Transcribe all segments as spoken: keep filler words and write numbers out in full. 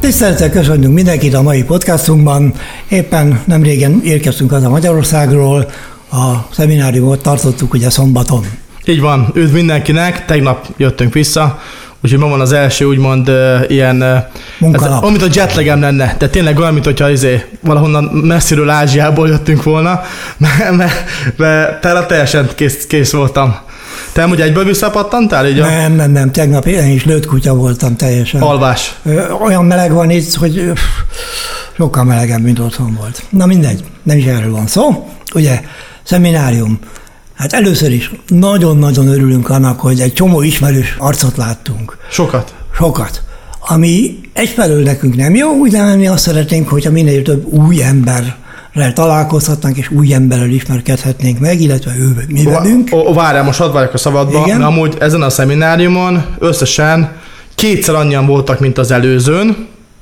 Tisztelettel köszöntünk mindenkit a mai podcastunkban. Éppen nemrégen érkeztünk haza Magyarországról, a szemináriumot tartottuk ugye szombaton. Így van, üdv mindenkinek, tegnap jöttünk vissza, úgyhogy ma van az első úgymond uh, ilyen, uh, ez, amit a jetlagem lenne, tehát tényleg olyan, mint hogyha izé, valahonnan messziről Ázsiából jöttünk volna, mert, mert, mert teljesen kész, kész voltam. Te ugye egyből visszapattantál? Így nem, nem, nem, tegnap én is lőtt kutya voltam teljesen. Alvás. Olyan meleg van itt, hogy sokkal melegebb, mint otthon volt. Na mindegy, nem is erről van szó. Ugye, szeminárium. Hát először is nagyon-nagyon örülünk annak, hogy egy csomó ismerős arcot láttunk. Sokat. Sokat. Ami egyfelől nekünk nem jó, ugye mi azt szeretnénk, hogyha minél több új emberrel találkozhatnánk, és új emberrel ismerkedhetnénk meg, illetve ő mi velünk. Várjál, most hadd várjak a szabadba, mert amúgy ezen a szemináriumon összesen kétszer annyian voltak, mint az előzőn,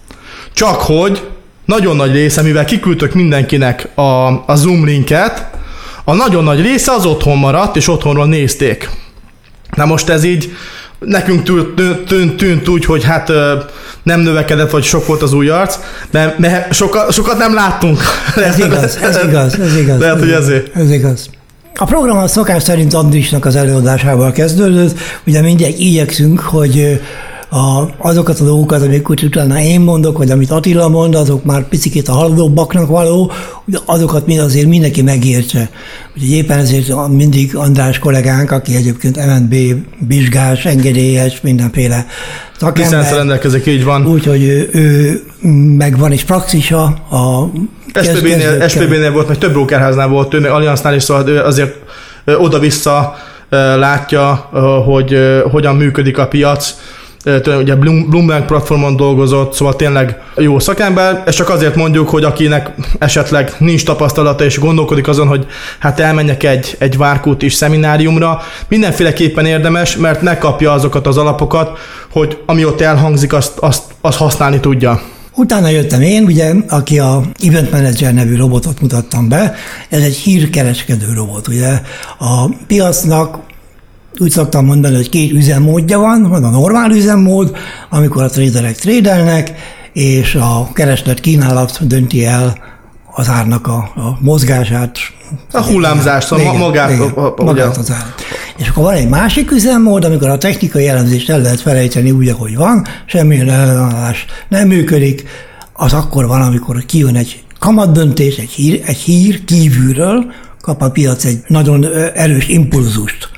csak hogy nagyon nagy része, mivel kiküldtök mindenkinek a, a Zoom linket, a nagyon nagy része az otthon maradt, és otthonról nézték. Na most ez így nekünk tűnt, tűnt, tűnt úgy, hogy hát nem növekedett, vagy sok volt az új arc, de, de sokat, sokat nem láttunk. Ez igaz, ez igaz, ez igaz. Lehet, hogy ezért. Ez igaz. A program a szokás szerint Andrisnak az előadásával kezdődött, ugye mindig igyekszünk, hogy A, azokat a dolgokat, amiket utána én mondok, vagy amit Attila mond, azok már picikét a haladóbbaknak való, azokat mind azért mindenki megértse. Úgyhogy éppen ezért mindig András kollégánk, aki egyébként em en bé vizsgás, engedélyes, mindenféle szakember. Licenszre rendelkezik, így van. Úgyhogy ő, ő megvan is praxisa a es pé bé-nél, es pé bé-nél volt, meg több brokerháznál volt, ő meg Alliansznál is, szóval ő azért oda-vissza látja, hogy hogyan működik a piac. Ugye Bloomberg platformon dolgozott, szóval tényleg jó szakember, és csak azért mondjuk, hogy akinek esetleg nincs tapasztalata, és gondolkodik azon, hogy hát elmenjek egy, egy várkúti szemináriumra, mindenféleképpen érdemes, mert megkapja azokat az alapokat, hogy ami ott elhangzik, azt, azt, azt használni tudja. Utána jöttem én, ugye, aki a Event Manager nevű robotot mutattam be. Ez egy hírkereskedő robot, ugye. A piacnak úgy szoktam mondani, hogy két üzemmódja van, van a normál üzemmód, amikor a traderek trédelnek, és a kereslet kínálat dönti el az árnak a, a mozgását. A hullámzást, a magát. Igen, a, a, magát az árat. És akkor van egy másik üzemmód, amikor a technikai elemzést el lehet felejteni úgy, ahogy van, semmilyen ellenállás nem működik, az akkor van, amikor kijön egy kamatdöntés, egy hír, egy hír kívülről, kap a piac egy nagyon erős impulzust,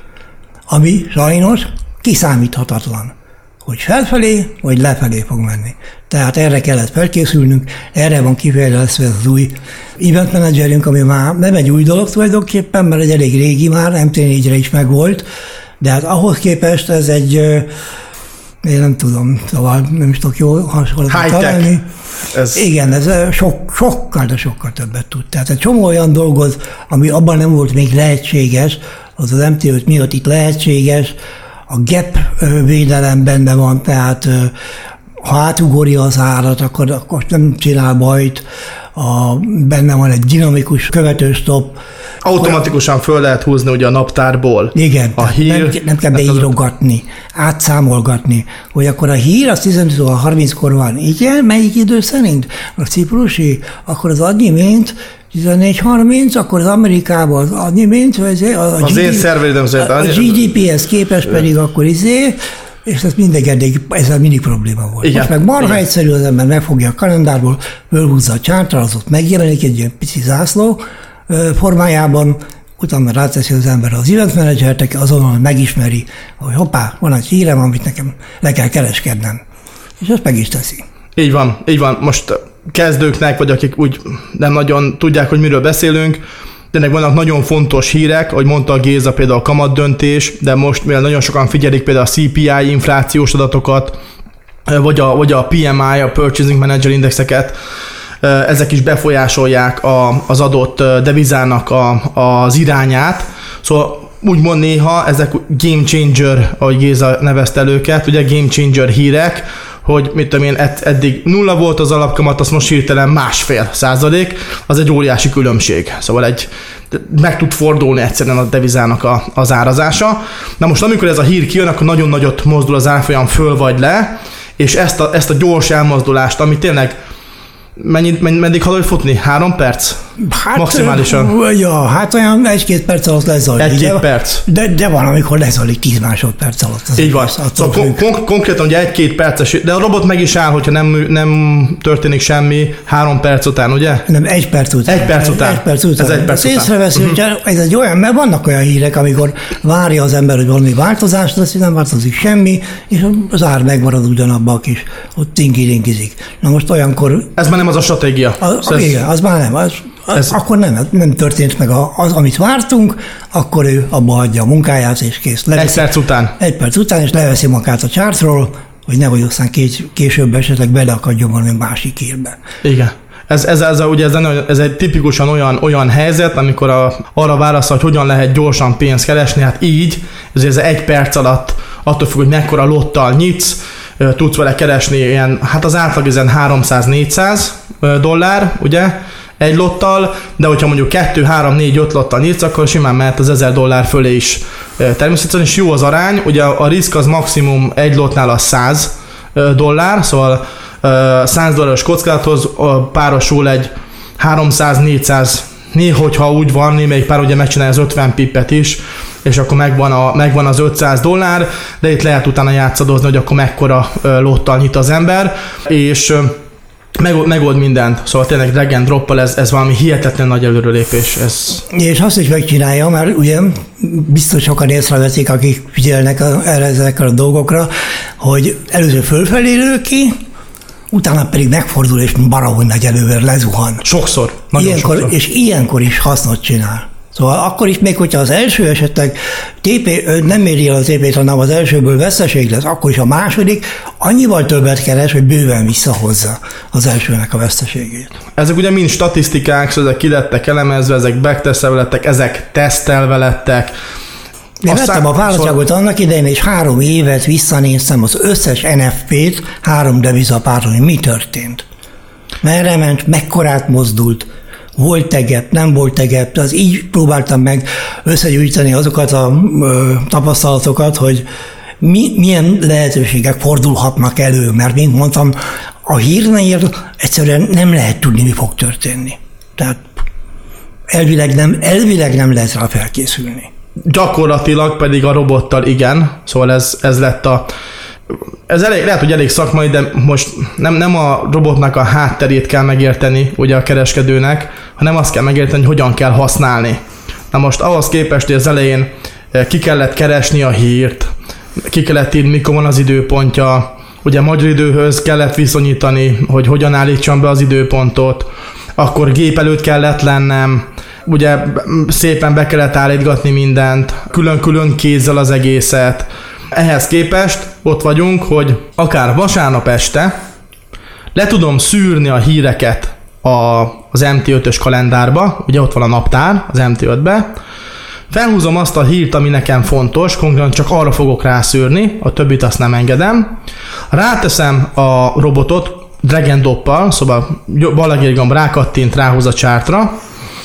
ami sajnos kiszámíthatatlan, hogy felfelé vagy lefelé fog menni. Tehát erre kellett felkészülnünk, erre van kifejlesztve az új Event Managerünk, ami már nem egy új dolog tulajdonképpen, mert egy elég régi már, em té négyre is megvolt, de hát ahhoz képest ez egy, én nem tudom, szóval nem is tudok jól hasonlatot találni. Ez... Igen, ez sok, sokkal, de sokkal többet tud. Tehát egy csomó olyan dolgot, ami abban nem volt még lehetséges, az az em té öt miatt itt lehetséges, a gap védelem benne van, tehát ha átugorja az árat, akkor, akkor nem csinál bajt, a, benne van egy dinamikus követőstop. Automatikusan föl lehet húzni ugye a naptárból. Igen, a hír, nem, nem kell beírogatni, átszámolgatni, hogy akkor a hír az tizenöt óra harminckor van. Igen, melyik idő szerint? A ciprusi, akkor az annyimént tizennégy harminc, akkor az Amerikában az annyimént, az, a az én szerveridem szerint. A gé dé pé-hez képest pedig akkor izé, és ez mindig eddig, ezzel mindig probléma volt. Igen. Most meg marha igen. Egyszerű, az ember megfogja a kalendárból, fölhúzza a csártra, az ott megjelenik egy ilyen pici zászló formájában, utána ráteszi az ember az Event Managert, azonnal megismeri, hogy hoppá, van egy hírem, amit nekem le kell kereskednem. És ezt meg is teszi. Így van, így van. Most kezdőknek, vagy akik úgy nem nagyon tudják, hogy miről beszélünk, de ennek vannak nagyon fontos hírek, ahogy mondta a Géza, például a kamatdöntés, de most mivel nagyon sokan figyelik például a cé pé i inflációs adatokat, vagy a, vagy a pé em i, a Purchasing Manager Indexeket, ezek is befolyásolják a, az adott devizának a, az irányát. Szóval úgymond néha ezek game changer, ahogy Géza nevezte el őket, ugye game changer hírek, hogy mit tudom én, ed- eddig nulla volt az alapkamat, az most hirtelen másfél százalék, az egy óriási különbség. Szóval egy, meg tud fordulni egyszerűen a devizának a, az árazása. Na most amikor ez a hír kijön, akkor nagyon nagyot mozdul az árfolyam föl vagy le, és ezt a, ezt a gyors elmozdulást, ami tényleg Mennyit, mennyit, meddig haladj futni? Három perc? Hát, maximálisan? Ja, hát olyan egy-két perc alatt lezajlik. Egy-két perc? De, de van, amikor lezajlik tíz másodperc alatt. Így van. Szóval kon- kon- konkrétan ugye egy-két perces, de a robot meg is áll, hogyha nem, nem történik semmi három perc után, ugye? Nem, egy perc után. Egy perc után. Egy perc után. Ez egy perc után. Észreveszi, uh-huh. hogy ez egy olyan, mert vannak olyan hírek, amikor várja az ember, hogy valami változás lesz, nem változik semmi, és az ár megmarad ugyanabba a kis, ott tinki-dinkizik. Na most olyankor... Ez már nem az a stratégia. A, a, ez, igen, az már nem. Az, az, ez, akkor nem, nem történt meg az, amit vártunk, akkor ő abba hagyja a munkáját, és kész. Leveszi, egy perc után. Egy perc után, és leveszi magát a chartról, hogy nehogy aztán két, később esetleg beleakadjon valami másik hírbe. Igen. Ez, ez, ez, ugye ez, ez egy tipikusan olyan, olyan helyzet, amikor a, arra válaszol, hogy hogyan lehet gyorsan pénzt keresni, hát így, ez egy perc alatt, attól függ, hogy mekkora lottal nyitsz, tudsz vele keresni ilyen, hát az átlag ezen háromszáz-négyszáz dollár, ugye, egy lottal, de hogyha mondjuk kettő, három, négy, öt lottal nyitsz, akkor simán mehet az ezer dollár fölé is. Természetesen is jó az arány, ugye a risk az maximum egy lotnál a száz dollár, szóval száz dolláros kockázathoz párosul egy háromszáz-négyszáz, néhogyha úgy van, némelyik pár ugye megcsinálja az ötven pippet is, és akkor megvan, a, megvan az ötszáz dollár, de itt lehet utána játszadozni, hogy akkor mekkora lottal nyit az ember, és megold, megold mindent. Szóval tényleg drag and droppal ez, ez valami hihetetlen nagy előrelépés. Ez... És azt is megcsinálja, mert ugye biztos sokan észreveszik, akik figyelnek erre ezekre a dolgokra, hogy először fölfelé lő ki, utána pedig megfordul, és barahogy nagy elővel lezuhan. Sokszor. Nagyon ilyenkor, sokszor. És ilyenkor is hasznot csinál. Szóval akkor is még, hogyha az első esetleg té pé, nem éri el a té pét, hanem az elsőből veszteség lesz, akkor is a második annyival többet keres, hogy bőven visszahozza az elsőnek a veszteségét. Ezek ugye mind statisztikák, szóval ezek ki lettek elemezve, ezek backtesztelve lettek, ezek tesztelve lettek. Én Aztán, vettem a fáradtságot szóval... annak idején, és három évet visszanéztem az összes en ef pét, három devizapárton, hogy mi történt. Merre ment, mekkorát mozdult, volt tegep, nem volt tegep, az így próbáltam meg összegyűjteni azokat a ö, tapasztalatokat, hogy mi, milyen lehetőségek fordulhatnak elő, mert mint mondtam, a hírnél egyszerűen nem lehet tudni, mi fog történni. Tehát elvileg nem, elvileg nem lehet rá felkészülni. Gyakorlatilag pedig a robottal igen, szóval ez, ez lett a... Ez elég, lehet, hogy elég szakmai, de most nem, nem a robotnak a hátterét kell megérteni ugye a kereskedőnek, hanem azt kell megérteni, hogy hogyan kell használni. Na most ahhoz képest, hogy az elején ki kellett keresni a hírt, ki kellett írni, mikor van az időpontja, ugye magyar időhöz kellett viszonyítani, hogy hogyan állítsam be az időpontot, akkor gép előtt kellett lennem, ugye szépen be kellett állítgatni mindent, külön-külön kézzel az egészet. Ehhez képest ott vagyunk, hogy akár vasárnap este le tudom szűrni a híreket a, az em té ötös kalendárba, ugye ott van a naptár az em té ötbe, felhúzom azt a hírt, ami nekem fontos, konkrétan csak arra fogok rászűrni, a többit azt nem engedem, ráteszem a robotot drag and drop-pal, szóval balagérgomb rákattint, ráhúz a chartra,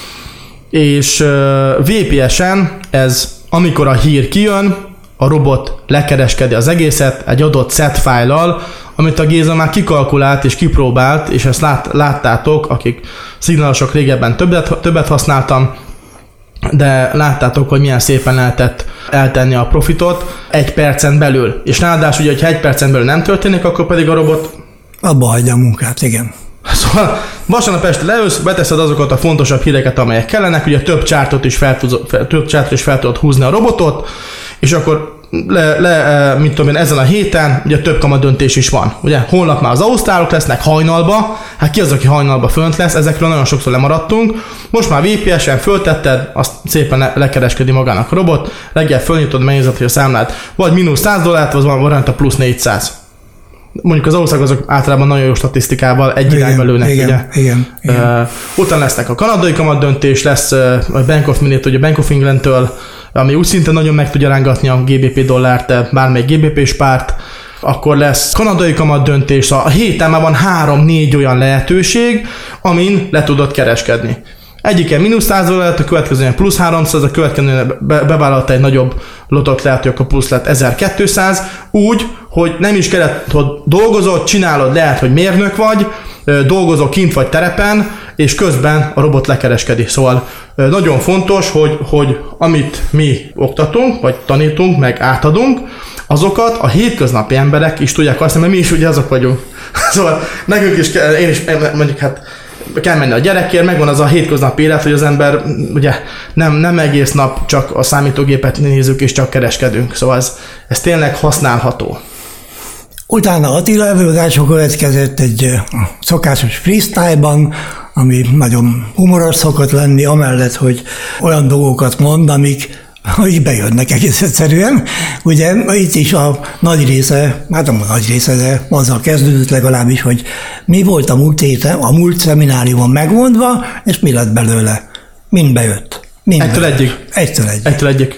és vé pé es-en ez, amikor a hír kijön, a robot lekereskedi az egészet egy adott set file-al, amit a Géza már kikalkulált és kipróbált, és ezt lát, láttátok, akik szignálosok régebben többet, többet használtam, de láttátok, hogy milyen szépen lehetett eltenni a profitot egy percen belül. És ráadásul, ugye, ha egy percen belül nem történik, akkor pedig a robot abba hagyja a munkát, igen. Szóval vasárnap este leülsz, beteszed azokat a fontosabb híreket, amelyek kellenek, ugye több chartot is fel, több chartot is fel tudod húzni a robotot, és akkor le, le, mit tudom én, ezen a héten ugye több kamat döntés is van. Ugye holnap már az ausztrálok lesznek hajnalba, hát ki az, aki hajnalba fönt lesz, ezekről nagyon sokszor lemaradtunk. Most már vé pé es-en föltetted, azt szépen le, lekereskedi magának a robot, reggel fölnyitod, megnézed, hogy a számlát vagy mínusz száz dollárt, vagy van rajta plusz négyszáz. Mondjuk az országok azok általában nagyon jó statisztikával egy irányba lőnek, igen, ugye? Igen, igen. Uh, utána lesznek a kanadai kamat döntés, lesz uh, a Bank of Minute, ugye Bank of England-től, ami úgy szinte nagyon meg tudja rángatni a gé bé pé dollárt, bármelyik gé bé pés párt, akkor lesz kanadai kamat döntés, a héten már van három-négy olyan lehetőség, amin le tudod kereskedni. Egyiken mínusz száz dollár lett, a következően plusz háromszáz, a következően be, bevállalta egy nagyobb lotot, lehet, hogy akkor plusz lett ezerkétszáz, úgy, hogy nem is kellett, hogy dolgozod, csinálod, lehet, hogy mérnök vagy, dolgozol kint vagy terepen, és közben a robot lekereskedi. Szóval nagyon fontos, hogy, hogy amit mi oktatunk, vagy tanítunk, meg átadunk, azokat a hétköznapi emberek is tudják használni, mert mi is ugye azok vagyunk. Szóval nekünk is kell, én is mondjuk hát kell menni a gyerekért, megvan az a hétköznapi élet, hogy az ember ugye nem, nem egész nap csak a számítógépet nézzük és csak kereskedünk. Szóval ez, ez tényleg használható. Utána Attila előadása következett egy szokásos freestyle-ban, ami nagyon humoros szokott lenni, amellett, hogy olyan dolgokat mond, amik hogy bejönnek egész egyszerűen. Ugye itt is a nagy része, hát nem a nagy része, de azzal kezdődött legalábbis, hogy mi volt a múlt héten, a múlt szemináriumon megmondva, és mi lett belőle. Mind bejött. Mind Egytől bejött. egyik. Egytől egyik. Egytől egyik.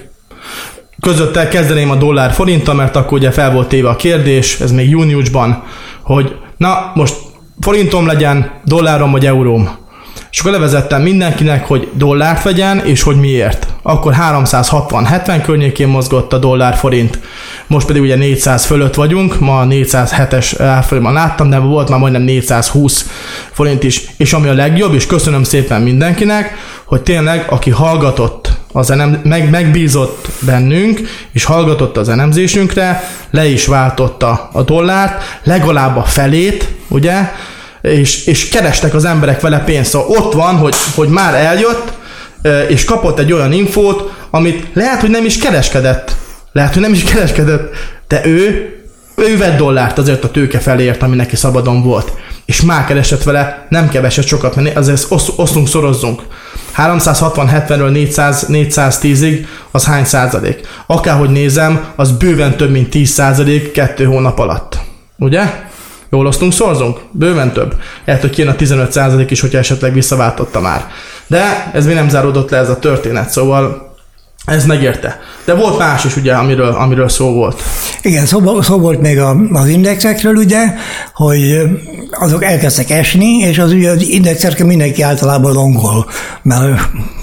Közöttel kezdeném a dollár forinttal, mert akkor ugye fel volt téve a kérdés, ez még júniusban, hogy na most forintom legyen, dollárom vagy euróm. És akkor levezettem mindenkinek, hogy dollárt vegyen, és hogy miért. Akkor háromszázhatvan hetven környékén mozgott a dollár forint, most pedig ugye négyszáz fölött vagyunk, ma négyszázhetes árfolyamon láttam, de volt már majdnem négyszázhúsz forint is. És ami a legjobb, és köszönöm szépen mindenkinek, hogy tényleg, aki hallgatott, az enem, meg, megbízott bennünk, és hallgatott az elemzésünkre, le is váltotta a dollárt, legalább a felét, ugye, és, és kerestek az emberek vele pénzt. Szóval ott van, hogy, hogy már eljött, és kapott egy olyan infót, amit lehet, hogy nem is kereskedett. Lehet, hogy nem is kereskedett, de ő, ő vett dollárt azért a tőke feléért, ami neki szabadon volt. És már keresett vele, nem keveset, sokat, mert azért osz, osztunk, szorozzunk. háromszázhatvan hetvenről négyszáz, négyszáztízig, az hány százalék? Akárhogy nézem, az bőven több, mint tíz százalék kettő hónap alatt. Ugye? Jól osztunk, szorzunk? Bőven több. Lehet, hogy kijön a tizenöt százalék is, hogyha esetleg visszaváltotta már. De ez még nem záródott le ez a történet, szóval ez megérte. De volt más is, ugye, amiről, amiről szó volt. Igen, szó, szó volt még a, az indexekről, ugye, hogy azok elkezdtek esni, és az, ugye, az indexekre mindenki általában longol, mert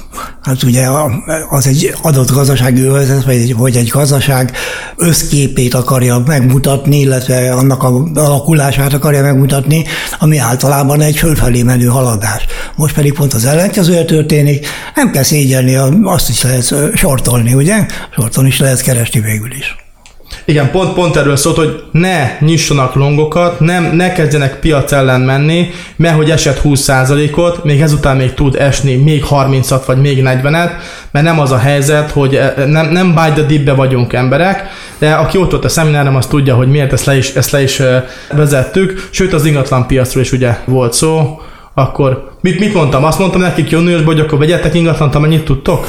hát ugye az egy adott gazdasági övezet, vagy egy, vagy egy gazdaság összképét akarja megmutatni, illetve annak a alakulását akarja megmutatni, ami általában egy fölfelé menő haladás. Most pedig pont az ellenkezője történik, nem kell szégyelni, azt is lehet sortolni, ugye? Sorton is lehet keresni végül is. Igen, pont, pont erről szólt, hogy ne nyissanak longokat, nem, ne kezdjenek piac ellen menni, mert hogy esett húsz százalékot, még ezután még tud esni még harmincat vagy még negyvenet, mert nem az a helyzet, hogy nem, nem buy the dip-be vagyunk emberek, de aki ott volt a szeminárom, az tudja, hogy miért ezt le is, ezt le is vezettük, sőt az ingatlan piacról is ugye volt szó, akkor mit, mit mondtam? Azt mondtam nekik júniusban, hogy akkor vegyetek ingatlant, amennyit tudtok?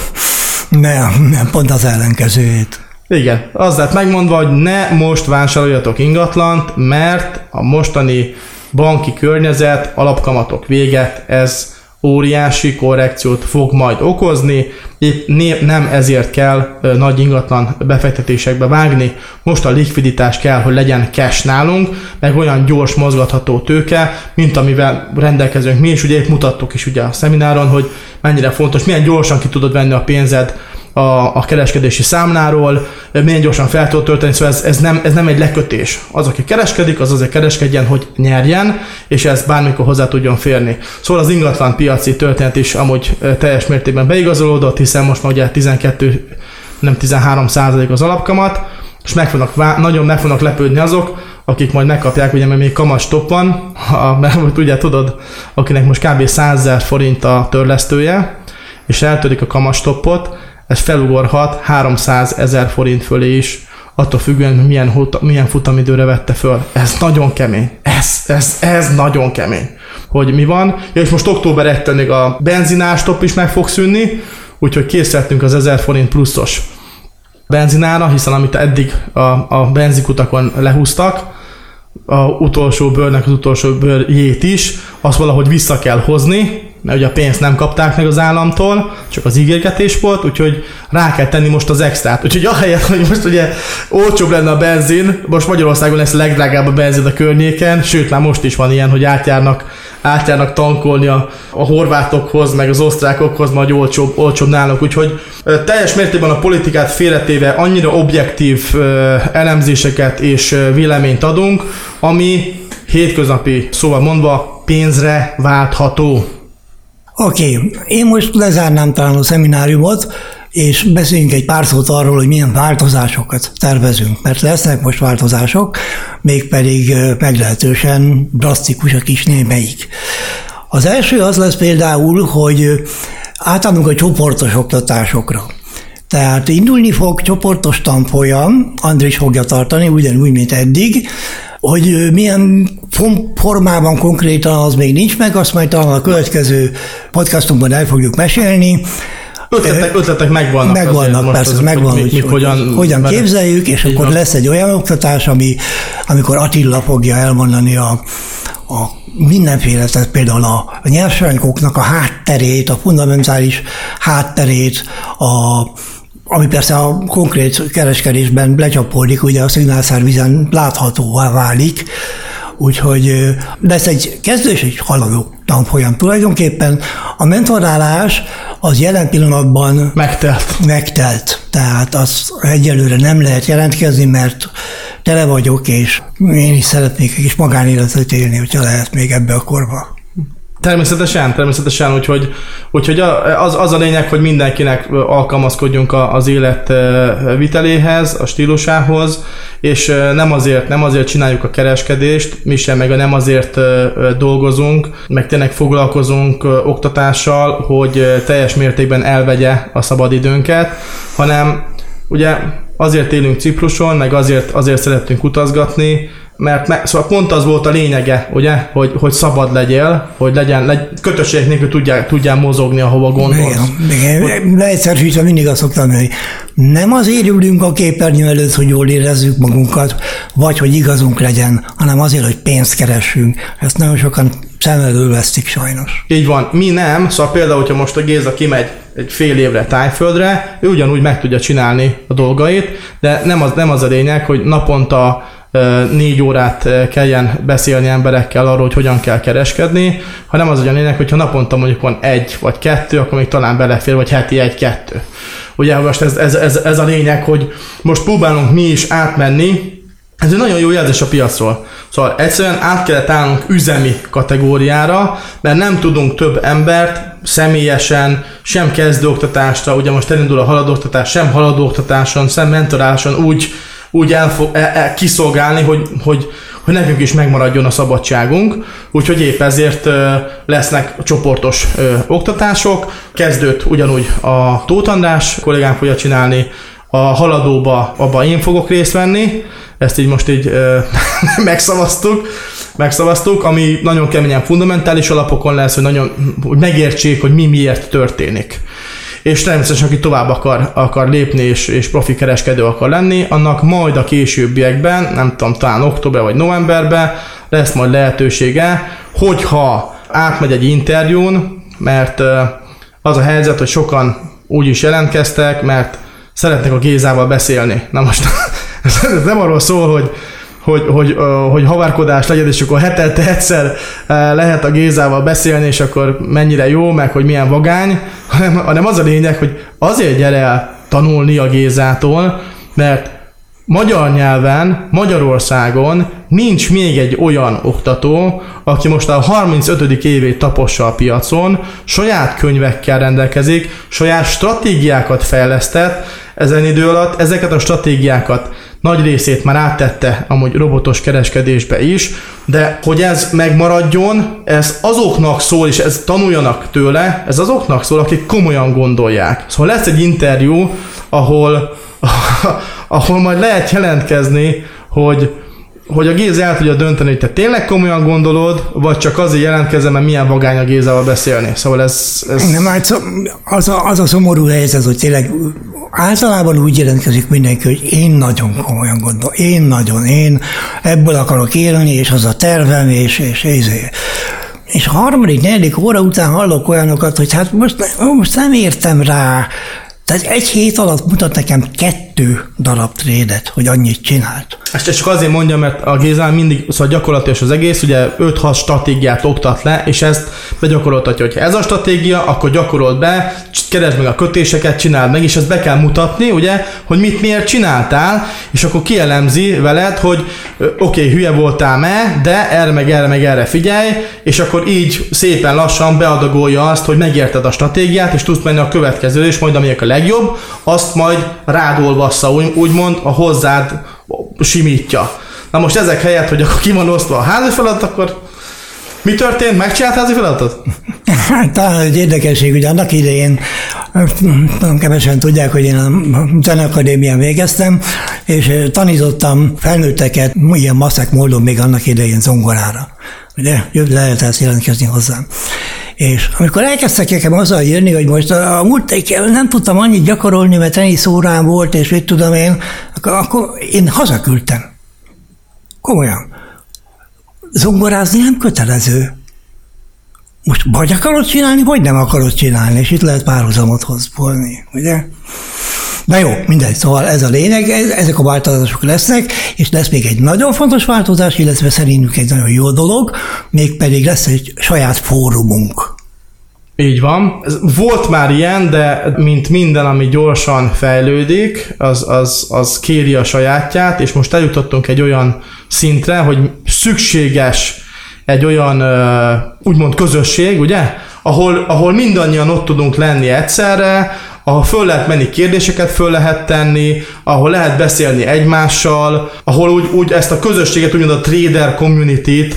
Nem, nem, pont az ellenkezőjét. Igen, az lett megmondva, hogy ne most vásároljatok ingatlant, mert a mostani banki környezet, alapkamatok véget, ez óriási korrekciót fog majd okozni, épp nem ezért kell nagy ingatlan befektetésekbe vágni, most a likviditás kell, hogy legyen cash nálunk, meg olyan gyors mozgatható tőke, mint amivel rendelkezünk mi, és ugye épp mutattuk is ugye a szemináron, hogy mennyire fontos, milyen gyorsan ki tudod venni a pénzed a, a kereskedési számláról, milyen gyorsan fel tudod tölteni, szóval ez, ez, nem, ez nem egy lekötés. Az, aki kereskedik, az azért kereskedjen, hogy nyerjen, és ez bármikor hozzá tudjon férni. Szóval az ingatlan piaci történet is amúgy teljes mértékben beigazolódott, hiszen most már ugye tizenkettő, nem tizenhárom százalék az alapkamat, és meg fognak, nagyon meg fognak lepődni azok, akik majd megkapják, ugye, mert még kamatstopp van, a, mert ugye tudod, akinek most kb. százezer forint a törlesztője, és eltörik a kamatstoppot, ez felugorhat háromszázezer forint fölé is, attól függően, milyen, milyen futamidőre vette föl. Ez nagyon kemény. Ez, ez, ez nagyon kemény. Hogy mi van? Ja, és most október elsejétől még a benzinástopp is meg fog szűnni, úgyhogy készültünk az ezer forint pluszos benzinára, hiszen amit eddig a, a benzikutakon lehúztak, a utolsó bőrnek az utolsó bőrjét is, azt valahogy vissza kell hozni, mert ugye a pénzt nem kapták meg az államtól, csak az ígérgetés volt, úgyhogy rá kell tenni most az extrát. Úgyhogy ahelyett, hogy most ugye olcsóbb lenne a benzin, most Magyarországon lesz a legdrágább a benzin a környéken, sőt már most is van ilyen, hogy átjárnak átjárnak tankolni a, a horvátokhoz, meg az osztrákokhoz, majd olcsóbb, olcsóbb náluk. Úgyhogy teljes mértékben a politikát félretéve annyira objektív elemzéseket és véleményt adunk, ami hétköznapi szóval mondva pénzre váltható. Oké, okay. Én most lezárnám talán a szemináriumot, és beszéljünk egy pár szót arról, hogy milyen változásokat tervezünk, mert lesznek most változások, mégpedig meglehetősen drasztikusak is némelyik. Az első az lesz például, hogy átállunk a csoportos oktatásokra. Tehát indulni fog csoportos tanfolyam, Andris fogja tartani, ugyanúgy, mint eddig, hogy milyen formában konkrétan az még nincs meg, azt majd talán a következő podcastunkban el fogjuk mesélni. Ötletek, ötletek megvannak. Megvannak, persze, az, megvan, hogy, hogy hogyan, hogyan képzeljük, és akkor van. Lesz egy olyan oktatás, ami, amikor Attila fogja elmondani a, a mindenféle, tehát például a, a nyersanyagoknak a hátterét, a fundamentális hátterét, a ami persze a konkrét kereskedésben lecsapódik, ugye a szignálszárvízen láthatóvá válik, úgyhogy lesz egy kezdő és egy haladó tanfolyam. Tulajdonképpen a mentorálás az jelen pillanatban megtelt. megtelt. Tehát az egyelőre nem lehet jelentkezni, mert tele vagyok, és én is szeretnék egy kis magánéletet élni, hogyha lehet még ebbe a korba. Természetesen, természetesen, úgyhogy, úgyhogy az, az a lényeg, hogy mindenkinek alkalmazkodjunk az élet viteléhez, a stílusához, és nem azért, nem azért csináljuk a kereskedést, mi sem, meg nem azért dolgozunk, meg tényleg foglalkozunk oktatással, hogy teljes mértékben elvegye a szabadidőnket, hanem ugye azért élünk Cipruson, meg azért, azért szeretünk utazgatni, mert me, szóval pont az volt a lényege, ugye, hogy, hogy szabad legyél, hogy legyen, legy, kötösségek nélkül tudjál, tudjál mozogni, ahova gondolsz. Igen, igen. Leegyszerűsítve mindig azt szoktam, hogy nem azért ülünk a képernyő előtt, hogy jól érezzük magunkat, vagy hogy igazunk legyen, hanem azért, hogy pénzt keressünk. Ezt nagyon sokan szem elől vesztik sajnos. Így van. Mi nem, szóval például, hogyha most a Géza kimegy egy fél évre Tájföldre, ő ugyanúgy meg tudja csinálni a dolgait, de nem az, nem az a lényeg, hogy naponta négy órát kelljen beszélni emberekkel arról, hogy hogyan kell kereskedni, hanem az a lényeg, hogyha naponta mondjuk van egy vagy kettő, akkor még talán belefér, vagy heti egy-kettő. Ugye most ez, ez, ez, ez a lényeg, hogy most próbálunk mi is átmenni, ez egy nagyon jó jelzés a piacról. Szóval egyszerűen át kellett állnunk üzemi kategóriára, mert nem tudunk több embert személyesen, sem kezdőoktatásra, ugye most elindul a haladóoktatás, sem haladóoktatáson, sem mentoráláson úgy úgy elfog, el, el, kiszolgálni, hogy, hogy, hogy nekünk is megmaradjon a szabadságunk. Úgyhogy épp ezért ö, lesznek csoportos ö, oktatások. Kezdőt ugyanúgy a Tóth András kollégám fogja csinálni, a haladóba, abba én fogok részt venni. Ezt így most így ö, megszavaztuk, megszavaztuk, ami nagyon keményen fundamentális alapokon lesz, hogy, nagyon, hogy megértsék, hogy mi miért történik. És természetesen, aki tovább akar, akar lépni és, és profi kereskedő akar lenni, annak majd a későbbiekben, nem tudom, talán október vagy novemberben lesz majd lehetősége, hogyha átmegy egy interjún, mert az a helyzet, hogy sokan úgy is jelentkeztek, mert szeretnek a Gézával beszélni. Na most ez nem arról szól, hogy hogy, hogy, hogy havárkodás legyen, és akkor hetente egyszer lehet a Gézával beszélni, és akkor mennyire jó, meg hogy milyen vagány, hanem, hanem az a lényeg, hogy azért gyere el tanulni a Gézától, mert magyar nyelven, Magyarországon nincs még egy olyan oktató, aki most a harmincötödik évét tapossa a piacon, saját könyvekkel rendelkezik, saját stratégiákat fejlesztett ezen idő alatt, ezeket a stratégiákat nagy részét már áttette amúgy robotos kereskedésbe is, de hogy ez megmaradjon, ez azoknak szól, és ez tanuljanak tőle, ez azoknak szól, akik komolyan gondolják. Szóval lesz egy interjú, ahol, ahol majd lehet jelentkezni, hogy hogy a Géza el tudja dönteni, hogy te tényleg komolyan gondolod, vagy csak azért jelentkezem, mert milyen vagány a Gézával beszélni. Szóval ez... ez... Nem, az a, az a szomorú helyzet, hogy tényleg általában úgy jelentkezik mindenki, hogy én nagyon komolyan gondolom, én nagyon, én ebből akarok élni, és az a tervem, és, és, és, és a harmadik, negyedik óra után hallok olyanokat, hogy hát most, most nem értem rá. Tehát egy hét alatt mutat nekem kettő darab trédet, hogy annyit csinált. Ezt csak azért mondjam, mert a Gézán mindig, szóval gyakorlatilag az egész, ugye öt-hat stratégiát oktat le, és ezt begyakoroltatja, hogy ez a stratégia, akkor gyakorold be, keresd meg a kötéseket, csináld meg, és ezt be kell mutatni, ugye, hogy mit miért csináltál, és akkor kielemzi veled, hogy oké, okay, hülye voltál-e, de erre meg erre meg erre figyelj, és akkor így szépen lassan beadagolja azt, hogy megérted a stratégiát, és tudsz menni a következő, és majd amelyek a legjobb, azt majd rád olvassza, úgymond a hozzád simítja. Na most ezek helyett, hogy akkor ki van osztva a házi feladat, akkor mi történt? Megcsinált házi feladatot? Talán egy érdekesség, hogy annak idején nagyon kevesen tudják, hogy én a Zeneakadémián végeztem, és tanítottam felnőtteket ilyen maszek módon még annak idején zongorára. Ugye, lehet ezt jelentkezni hozzám. És amikor elkezdtek nekem azzal jönni, hogy most a, a múlt nem tudtam annyit gyakorolni, mert teniszórám volt, és mit tudom én, akkor, akkor én hazaküldtem. Komolyan. Zongorázni nem kötelező. Most vagy akarod csinálni, vagy nem akarod csinálni, és itt lehet párhuzamot hozni, ugye? Na jó, mindegy, szóval ez a lényeg, ezek a változások lesznek, és lesz még egy nagyon fontos változás, illetve szerintünk egy nagyon jó dolog, mégpedig lesz egy saját fórumunk. Így van. Volt már ilyen, de mint minden, ami gyorsan fejlődik, az, az, az kéri a sajátját, és most eljutottunk egy olyan szintre, hogy szükséges egy olyan úgymond közösség, ugye, ahol, ahol mindannyian ott tudunk lenni egyszerre, ahol föl lehet menni, kérdéseket föl lehet tenni, ahol lehet beszélni egymással, ahol úgy, úgy ezt a közösséget, úgymond a trader community-t,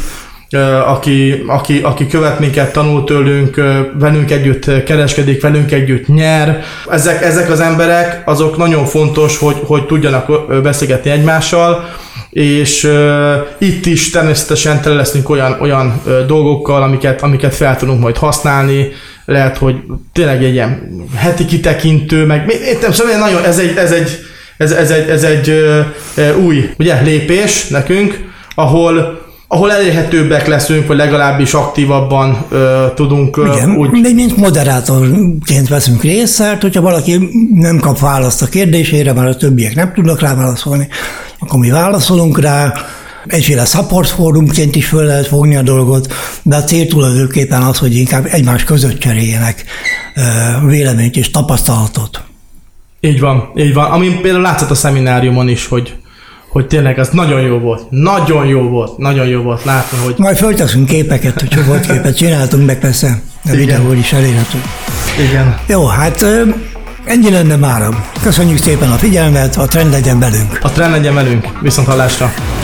aki, aki, aki követ minket, tanul tőlünk, velünk együtt kereskedik, velünk együtt nyer. Ezek, ezek az emberek, azok nagyon fontos, hogy, hogy tudjanak beszélgetni egymással, és uh, itt is természetesen tele leszünk olyan, olyan uh, dolgokkal, amiket, amiket fel tudunk majd használni. Lehet, hogy tényleg egy ilyen heti kitekintő, meg értem, szóval nagyon, ez egy, ez egy, ez, ez egy, ez egy uh, új ugye, lépés nekünk, ahol ahol elérhetőbbek leszünk, vagy legalábbis aktívabban uh, tudunk uh, igen, úgy... de mint moderátorként veszünk részt, hát hogyha valaki nem kap választ a kérdésére, mert a többiek nem tudnak rá válaszolni, akkor mi válaszolunk rá, egyféle support fórumként is föl lehet fogni a dolgot, de a cél tulajdonképpen az, hogy inkább egymás között cseréljenek uh, véleményt és tapasztalatot. Így van, így van. Ami például látszott a szemináriumon is, hogy hogy tényleg az nagyon jó volt. Nagyon jó volt. Nagyon jó volt látni, hogy... Majd fölteszünk képeket, hogy csoportképet csináltunk, meg persze a videó is elérhető. Igen. Jó, hát ennyi lenne mára. Köszönjük szépen a figyelmet, a trend legyen velünk. A trend legyen velünk. Viszont hallásra.